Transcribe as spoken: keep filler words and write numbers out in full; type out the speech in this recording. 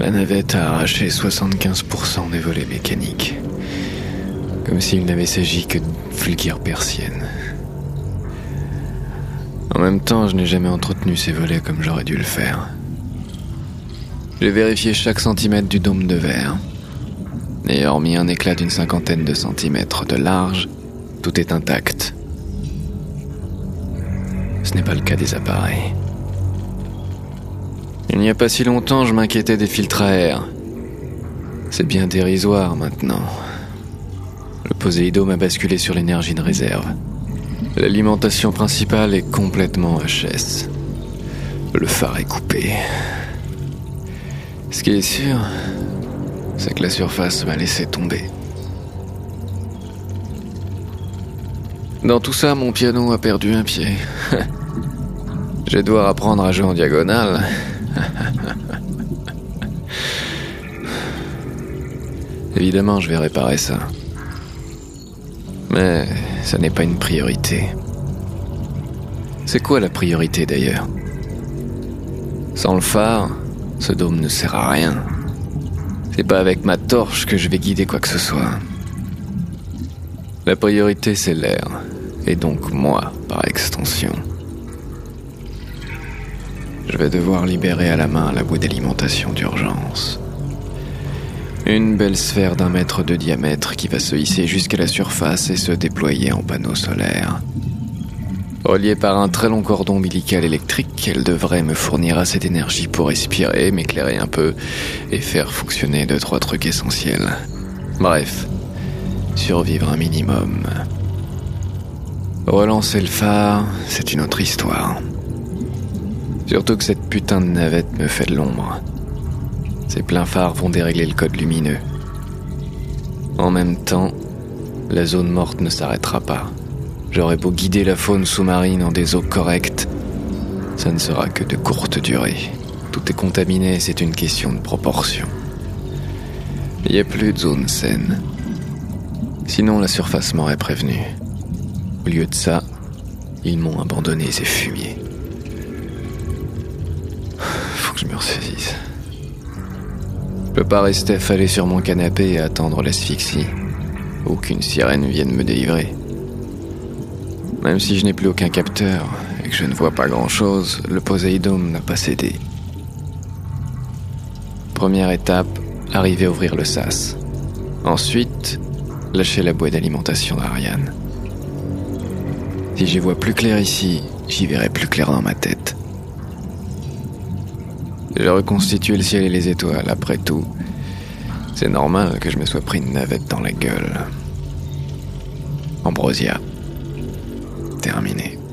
La navette a arraché soixante-quinze pour cent des volets mécaniques. Comme s'il n'avait s'agi que de vulgaires persiennes. En même temps, je n'ai jamais entretenu ces volets comme j'aurais dû le faire. J'ai vérifié chaque centimètre du dôme de verre. Et hormis un éclat d'une cinquantaine de centimètres de large, tout est intact. Ce n'est pas le cas des appareils. Il n'y a pas si longtemps, je m'inquiétais des filtres à air. C'est bien dérisoire maintenant. Le Poséidome a basculé sur l'énergie de réserve. L'alimentation principale est complètement H S. Le phare est coupé. Ce qui est sûr, c'est que la surface m'a laissé tomber. Dans tout ça, mon piano a perdu un pied. Je vais devoir apprendre à jouer en diagonale. Évidemment, je vais réparer ça. Mais ça n'est pas une priorité. C'est quoi la priorité d'ailleurs? Sans le phare, ce dôme ne sert à rien. C'est pas avec ma torche que je vais guider quoi que ce soit. La priorité, c'est l'air. Et donc moi, par extension. Je vais devoir libérer à la main la bouée d'alimentation d'urgence. Une belle sphère d'un mètre de diamètre qui va se hisser jusqu'à la surface et se déployer en panneau solaire. Reliée par un très long cordon ombilical électrique, elle devrait me fournir assez d'énergie pour respirer, m'éclairer un peu et faire fonctionner deux, trois trucs essentiels. Bref, survivre un minimum. Relancer le phare, c'est une autre histoire. Surtout que cette putain de navette me fait de l'ombre. Ces pleins phares vont dérégler le code lumineux. En même temps, la zone morte ne s'arrêtera pas. J'aurai beau guider la faune sous-marine en des eaux correctes, ça ne sera que de courte durée. Tout est contaminé, c'est une question de proportion. Il n'y a plus de zone saine. Sinon, la surface m'aurait prévenu. Au lieu de ça, ils m'ont abandonné ces fumiers. Faut que je me ressaisisse. Je peux pas rester affalé sur mon canapé et attendre l'asphyxie, ou qu'une sirène vienne me délivrer. Même si je n'ai plus aucun capteur et que je ne vois pas grand-chose, le Poséidome n'a pas cédé. Première étape, arriver à ouvrir le sas. Ensuite, lâcher la bouée d'alimentation d'Ariane. Si j'y vois plus clair ici, j'y verrai plus clair dans ma tête. J'ai reconstitué le ciel et les étoiles, après tout. C'est normal que je me sois pris une navette dans la gueule. Ambrosia. Terminé.